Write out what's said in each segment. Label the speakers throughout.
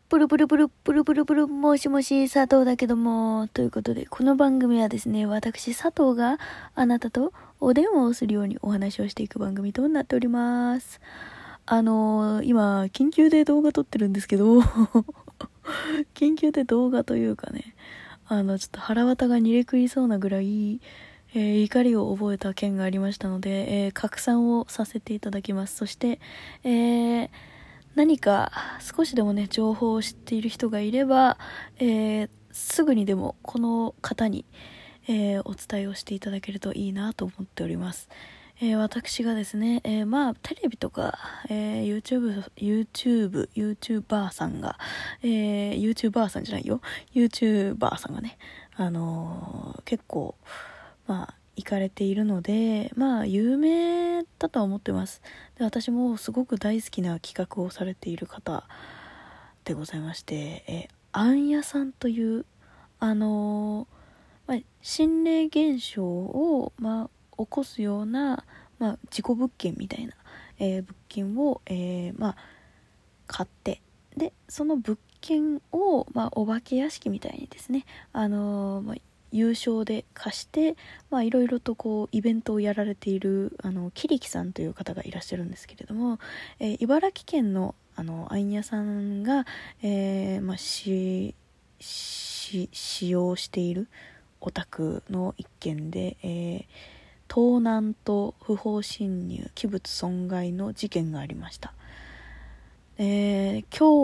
Speaker 1: ブルブルブルブルブルブル、もしもし佐藤だけども、ということで、この番組はですね、私佐藤があなたとお電話をするようにお話をしていく番組となっております。今緊急で動画撮ってるんですけど緊急で動画というかね、ちょっと腹渡が煮れ食いそうなぐらい、怒りを覚えた件がありましたので、拡散をさせていただきます。そして、何か少しでもね情報を知っている人がいれば、すぐにでもこの方に、お伝えをしていただけるといいなと思っております。私がですね、テレビとか、YouTuber さんが、YouTuber さんじゃないよ YouTuber さんがね、結構行かれているので、有名だとは思ってます。で、私もすごく大好きな企画をされている方でございまして、あんやさんという心霊現象を、起こすような、事故物件みたいな、物件を、買って、でその物件を、お化け屋敷みたいにですね、有償で貸して、いろいろとこうイベントをやられているキリキさんという方がいらっしゃるんですけれども、茨城県のあんやさんが、使用しているお宅の一件で、盗難と不法侵入、器物損害の事件がありました。今日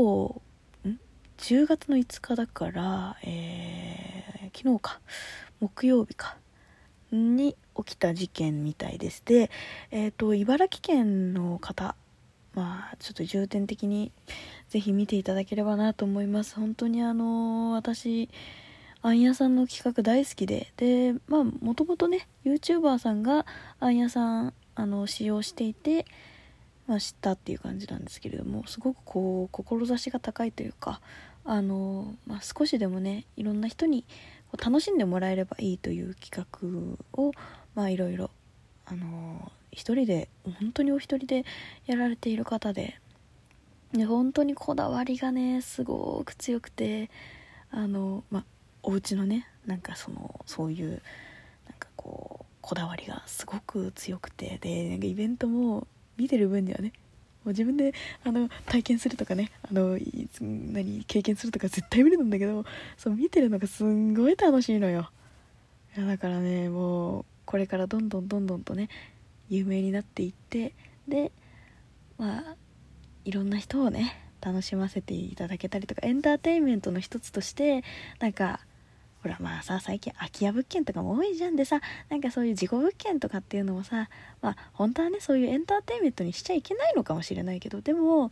Speaker 1: 10月の5日だから、昨日か木曜日かに起きた事件みたいです。で、茨城県の方、ちょっと重点的にぜひ見ていただければなと思います。本当に私あんやさんの企画大好きで、もともとね YouTuber さんがあんやさん使用していて、知ったっていう感じなんですけれども、すごくこう志が高いというか、少しでもねいろんな人に楽しんでもらえればいいという企画をいろいろ一人で本当にお一人でやられている方で、本当にこだわりがねすごく強くて、お家のねそういうこだわりがすごく強くて、でイベントも見てる分にはね、もう自分で体験するとかね、経験するとか絶対無理なんだけど、そう見てるのがすんごい楽しいのよ。いやだからね、もうこれからどんどんとね有名になっていって、でいろんな人をね楽しませていただけたりとか、エンターテインメントの一つとしてほら最近空き家物件とかも多いじゃん。でさ、そういう事故物件とかっていうのもさ、本当はねそういうエンターテインメントにしちゃいけないのかもしれないけど、でも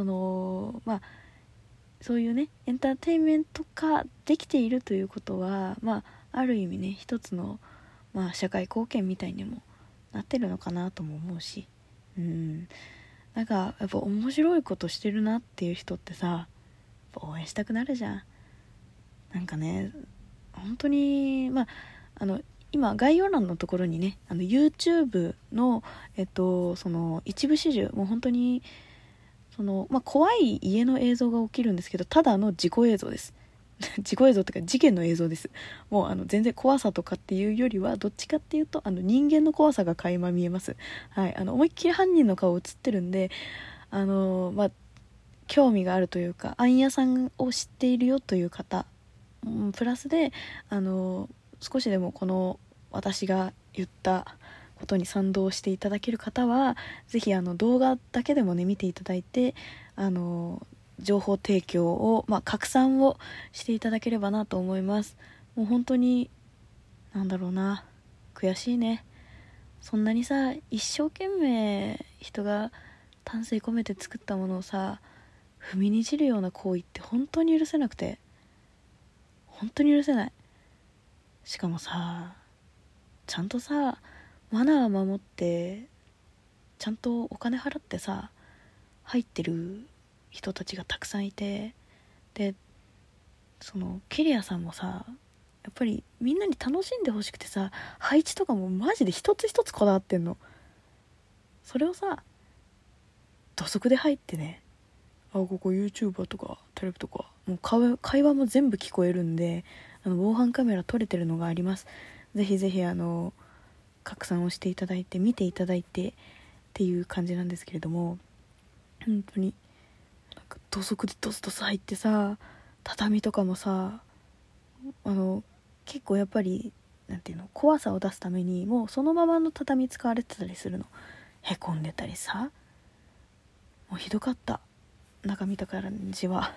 Speaker 1: そういうねエンターテインメント化できているということは、ある意味ね一つの社会貢献みたいにもなってるのかなとも思うし、やっぱ面白いことしてるなっていう人ってさ応援したくなるじゃん。本当に今概要欄のところにねYouTube のその一部始終、もう本当に怖い家の映像が起きるんですけど、ただの事故映像です事故映像というか事件の映像です。もう全然怖さとかっていうよりはどっちかっていうと人間の怖さが垣間見えます。はい、思いっきり犯人の顔映ってるんで、興味があるというか、あんやさんを知っているよという方、プラスで少しでもこの私が言ったことに賛同していただける方はぜひ動画だけでもね見ていただいて、情報提供を、拡散をしていただければなと思います。もう本当に悔しいね。そんなにさ一生懸命人が丹精込めて作ったものをさ踏みにじるような行為って本当に許せなくて、本当に許せない。しかもさちゃんとさマナー守ってちゃんとお金払ってさ入ってる人たちがたくさんいて、でそのケリアさんもさやっぱりみんなに楽しんでほしくてさ配置とかもマジで一つ一つこだわってんの。それをさ土足で入ってねここ YouTuber とかテレビとかもう会話も全部聞こえるんで、防犯カメラ撮れてるのがあります。ぜひぜひ拡散をしていただいて見ていただいてっていう感じなんですけれども、本当になんか土足でドスドス入ってさ、畳とかもさ、結構やっぱりなんていうの、怖さを出すためにもうそのままの畳使われてたりするの。へこんでたりさ、もうひどかった、中見た感じは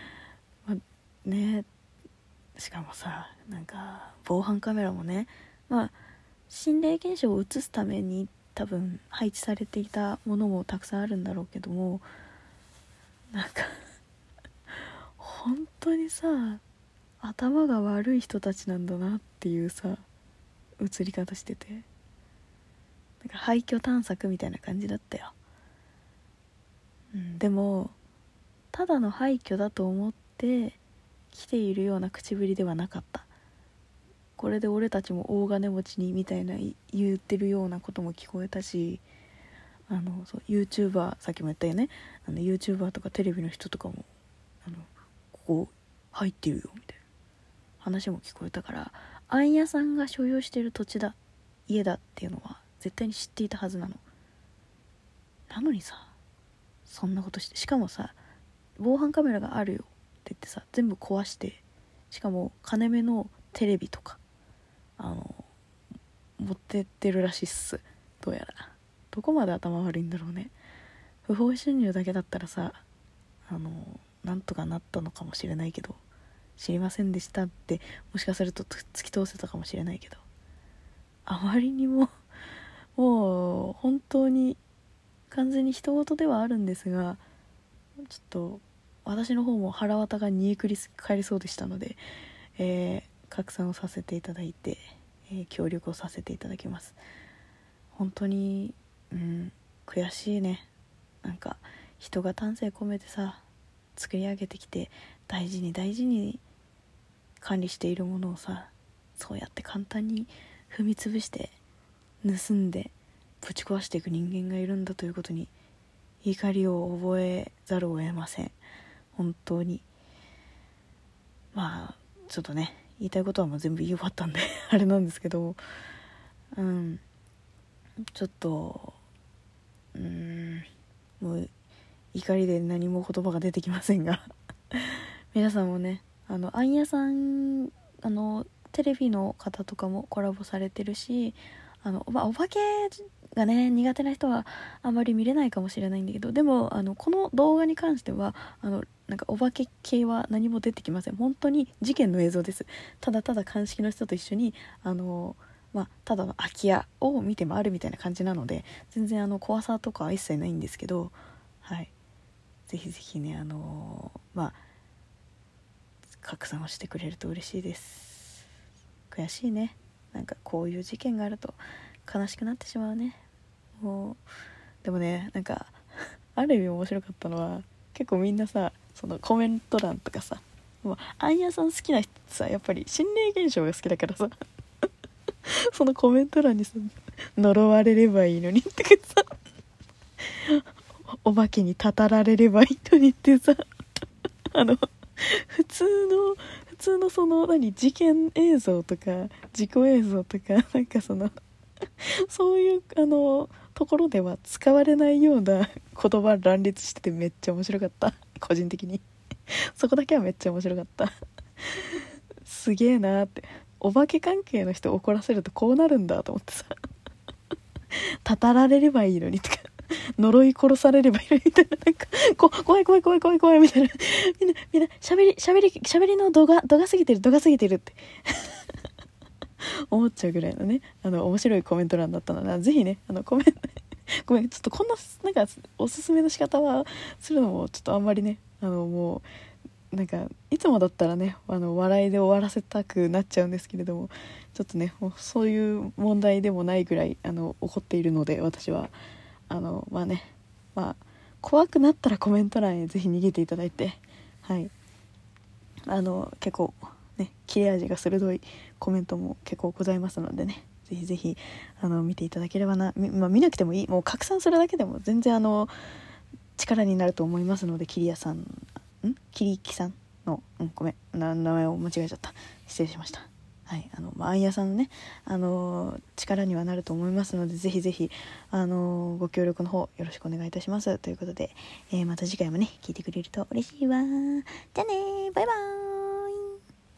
Speaker 1: ね。しかもさ、なんか防犯カメラもね、心霊現象を映すために多分配置されていたものもたくさんあるんだろうけども、なんか本当にさ、頭が悪い人たちなんだなっていうさ映り方してて、なんか廃墟探索みたいな感じだったよ。でもただの廃墟だと思って来ているような口ぶりではなかった。これで俺たちも大金持ちにみたいな言ってるようなことも聞こえたし、そう YouTuber、 さっきも言ったよね、YouTuber とかテレビの人とかもここ入ってるよみたいな話も聞こえたから、あんやさんが所有している土地だ、家だっていうのは絶対に知っていたはずなの。なのにさ、そんなことして、しかもさ、防犯カメラがあるよって言ってさ全部壊して、しかも金目のテレビとか持ってってるらしいっす。どうやらどこまで頭悪いんだろうね。不法侵入だけだったらさなんとかなったのかもしれないけど、知りませんでしたってもしかすると突き通せたかもしれないけど、あまりにももう本当に完全に人事ではあるんですが、ちょっと私の方も腹渡が煮えくり返りそうでしたので、拡散をさせていただいて、協力をさせていただきます。本当に悔しいね。なんか人が丹精込めてさ作り上げてきて、大事に大事に管理しているものをさ、そうやって簡単に踏み潰して盗んでぶち壊していく人間がいるんだということに怒りを覚えざるを得ません。本当にちょっとね、言いたいことはもう全部言い終わったんであれなんですけど、ちょっともう怒りで何も言葉が出てきませんが皆さんもね、あんやさんテレビの方とかもコラボされてるし、お化けがね苦手な人はあまり見れないかもしれないんだけど、でもこの動画に関してはなんかお化け系は何も出てきません。本当に事件の映像です。ただただ鑑識の人と一緒にただの空き家を見て回るみたいな感じなので、全然怖さとかは一切ないんですけど、はい、ぜひぜひね拡散をしてくれると嬉しいです。悔しいね。なんかこういう事件があると悲しくなってしまうね。もうでもね、なんかある意味面白かったのは、結構みんなさ、そのコメント欄とかさ、あんやさん好きな人さ、やっぱり心霊現象が好きだからさそのコメント欄にさ、呪われればいいのにってかさ、お化けにたたられればいいのにってさ普通のその事件映像とか事故映像とかなんかそういうところでは使われないような言葉乱立しててめっちゃ面白かった個人的にそこだけはめっちゃ面白かったすげえなーって、お化け関係の人を怒らせるとこうなるんだと思ってさたたられればいいのにとか呪い殺されればいいのにみたいな、なんか怖い怖いみたいな、みんな喋りの度が過ぎてるって思っちゃうぐらいのね面白いコメント欄だったので、ぜひねごめん、ちょっとこんななんかおすすめの仕方はするのもちょっとあんまりねもうなんかいつもだったらね笑いで終わらせたくなっちゃうんですけれども、ちょっとねもうそういう問題でもないぐらい怒っているので、私は怖くなったらコメント欄へぜひ逃げていただいて、はい結構ね切れ味が鋭いコメントも結構ございますのでね、ぜひぜひ見ていただければな。見なくてもいい、もう拡散するだけでも全然力になると思いますので、桐木さんの、ごめん、名前を間違えちゃった。失礼しました。はい、あんやさんのね、力にはなると思いますので、ぜひぜひ、ご協力の方よろしくお願いいたします。ということで、また次回もね、聞いてくれると嬉しいわ。じゃあねー、バイバーイ。